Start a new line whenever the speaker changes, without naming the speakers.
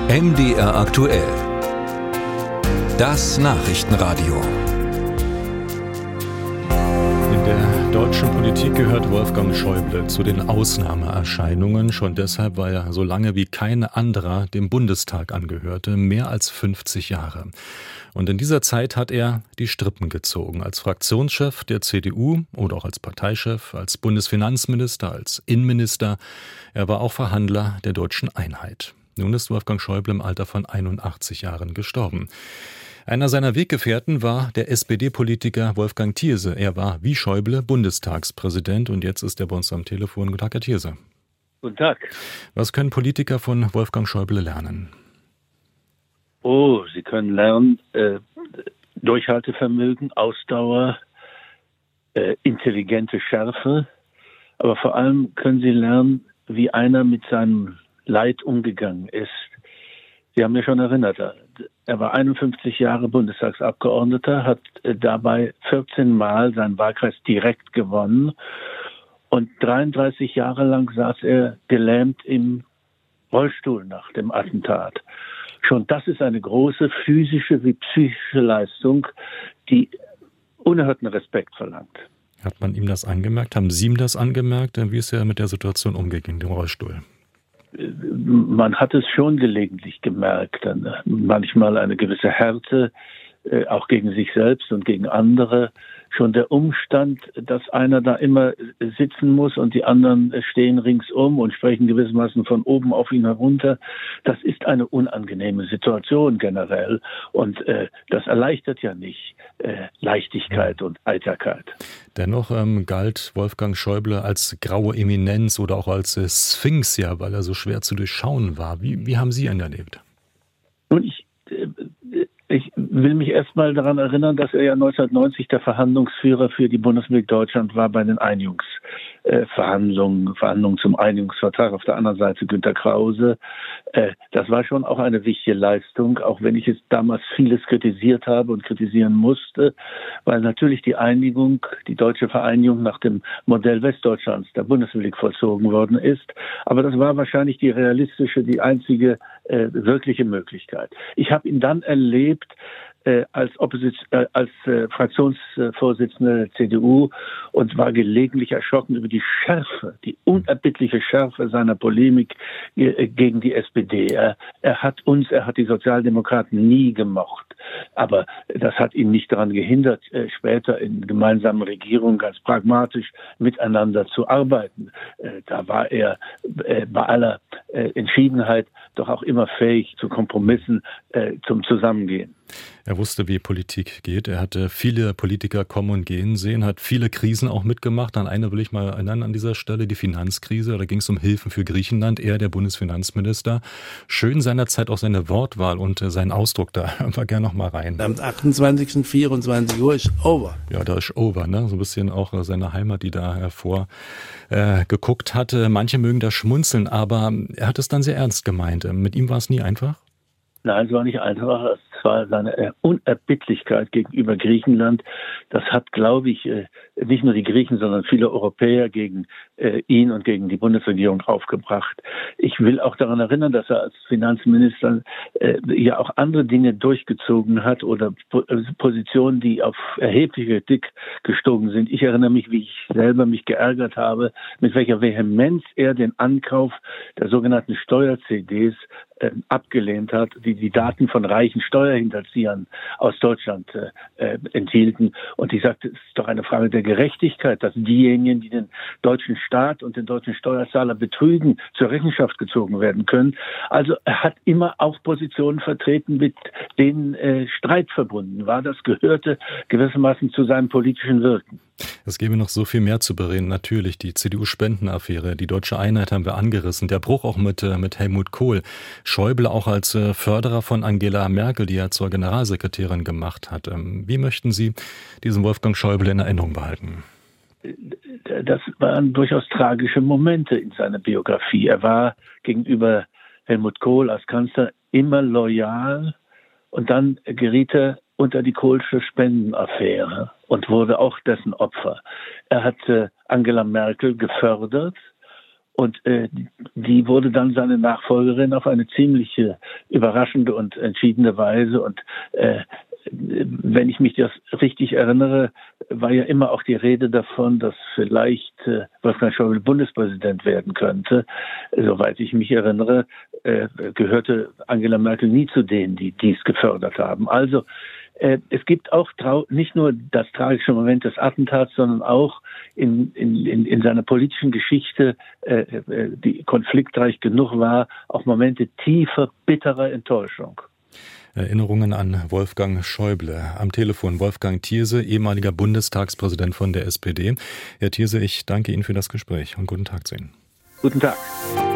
MDR aktuell. Das Nachrichtenradio.
In der deutschen Politik gehört Wolfgang Schäuble zu den Ausnahmeerscheinungen, schon deshalb, weil er so lange wie kein anderer dem Bundestag angehörte, mehr als 50 Jahre. Und in dieser Zeit hat er die Strippen gezogen, als Fraktionschef der CDU oder auch als Parteichef, als Bundesfinanzminister, als Innenminister. Er war auch Verhandler der Deutschen Einheit. Nun ist Wolfgang Schäuble im Alter von 81 Jahren gestorben. Einer seiner Weggefährten war der SPD-Politiker Wolfgang Thierse. Er war wie Schäuble Bundestagspräsident und jetzt ist er bei uns am Telefon. Guten Tag, Herr Thierse.
Guten Tag.
Was können Politiker von Wolfgang Schäuble lernen?
Sie können lernen, Durchhaltevermögen, Ausdauer, intelligente Schärfe, aber vor allem können Sie lernen, wie einer mit seinem Leid umgegangen ist. Sie haben mich schon erinnert, er war 51 Jahre Bundestagsabgeordneter, hat dabei 14 Mal seinen Wahlkreis direkt gewonnen und 33 Jahre lang saß er gelähmt im Rollstuhl nach dem Attentat. Schon das ist eine große physische wie psychische Leistung, die unerhörten Respekt verlangt.
Hat man ihm das angemerkt? Haben Sie ihm das angemerkt? Wie ist er mit der Situation umgegangen, dem Rollstuhl?
Man hat es schon gelegentlich gemerkt, manchmal eine gewisse Härte, auch gegen sich selbst und gegen andere. Schon der Umstand, dass einer da immer sitzen muss und die anderen stehen ringsum und sprechen gewissermaßen von oben auf ihn herunter, das ist eine unangenehme Situation generell. Und das erleichtert ja nicht Leichtigkeit und Heiterkeit.
Dennoch galt Wolfgang Schäuble als graue Eminenz oder auch als Sphinx, ja, weil er so schwer zu durchschauen war. Wie haben Sie ihn erlebt?
Nun, ich will mich erstmal daran erinnern, dass er ja 1990 der Verhandlungsführer für die Bundesrepublik Deutschland war bei den Verhandlungen zum Einigungsvertrag. Auf der anderen Seite Günter Krause. Das war schon auch eine wichtige Leistung, auch wenn ich es damals vieles kritisiert habe und kritisieren musste, weil natürlich die deutsche Vereinigung nach dem Modell Westdeutschlands der Bundesrepublik vollzogen worden ist. Aber das war wahrscheinlich die einzige wirkliche Möglichkeit. Ich habe ihn dann erlebt als Fraktionsvorsitzender der CDU und war gelegentlich erschrocken über die Schärfe, die unerbittliche Schärfe seiner Polemik gegen die SPD. Er hat die Sozialdemokraten nie gemocht. Aber das hat ihn nicht daran gehindert, später in gemeinsamen Regierungen ganz pragmatisch miteinander zu arbeiten. Da war er bei aller Entschiedenheit doch auch immer fähig zu Kompromissen, zum Zusammengehen.
Er wusste, wie Politik geht. Er hatte viele Politiker kommen und gehen sehen, hat viele Krisen auch mitgemacht. An eine will ich mal erinnern an dieser Stelle, die Finanzkrise. Da ging es um Hilfen für Griechenland. Er, der Bundesfinanzminister. Schön seinerzeit auch seine Wortwahl und sein Ausdruck. Da hören wir gerne noch mal rein.
Am 28. 24 Uhr ist over.
Ja, da ist over, ne? So ein bisschen auch seine Heimat, die da hervorgeguckt hatte. Manche mögen da schmunzeln, aber er hat es dann sehr ernst gemeint. Mit ihm war es nie einfach?
Nein, es war nicht einfach. Es war seine Unerbittlichkeit gegenüber Griechenland. Das hat, glaube ich, nicht nur die Griechen, sondern viele Europäer gegen ihn und gegen die Bundesregierung aufgebracht. Ich will auch daran erinnern, dass er als Finanzminister ja auch andere Dinge durchgezogen hat oder Positionen, die auf erhebliche Kritik gestoßen sind. Ich erinnere mich, wie ich selber mich geärgert habe, mit welcher Vehemenz er den Ankauf der sogenannten Steuer-CDs abgelehnt hat, die Daten von reichen Steuerhinterziehern aus Deutschland enthielten. Und ich sagte, es ist doch eine Frage der Gerechtigkeit, dass diejenigen, die den deutschen Staat und den deutschen Steuerzahler betrügen, zur Rechenschaft gezogen werden können. Also er hat immer auch Positionen vertreten, mit denen Streit verbunden war. Das gehörte gewissermaßen zu seinem politischen Wirken.
Es gäbe noch so viel mehr zu bereden. Natürlich die CDU-Spendenaffäre, die Deutsche Einheit haben wir angerissen, der Bruch auch mit Helmut Kohl. Schäuble auch als Förderer von Angela Merkel, die er zur Generalsekretärin gemacht hat. Wie möchten Sie diesen Wolfgang Schäuble in Erinnerung behalten?
Das waren durchaus tragische Momente in seiner Biografie. Er war gegenüber Helmut Kohl als Kanzler immer loyal und dann geriet er unter die Kohlsche Spendenaffäre und wurde auch dessen Opfer. Er hat Angela Merkel gefördert Und die wurde dann seine Nachfolgerin auf eine ziemlich überraschende und entschiedene Weise. Und wenn ich mich das richtig erinnere, war ja immer auch die Rede davon, dass vielleicht Wolfgang Schäuble Bundespräsident werden könnte. Soweit ich mich erinnere, gehörte Angela Merkel nie zu denen, die dies gefördert haben. Also es gibt auch nicht nur das tragische Moment des Attentats, sondern auch in seiner politischen Geschichte, die konfliktreich genug war, auch Momente tiefer, bitterer Enttäuschung.
Erinnerungen an Wolfgang Schäuble. Am Telefon Wolfgang Thierse, ehemaliger Bundestagspräsident von der SPD. Herr Thierse, ich danke Ihnen für das Gespräch und guten Tag zu Ihnen.
Guten Tag.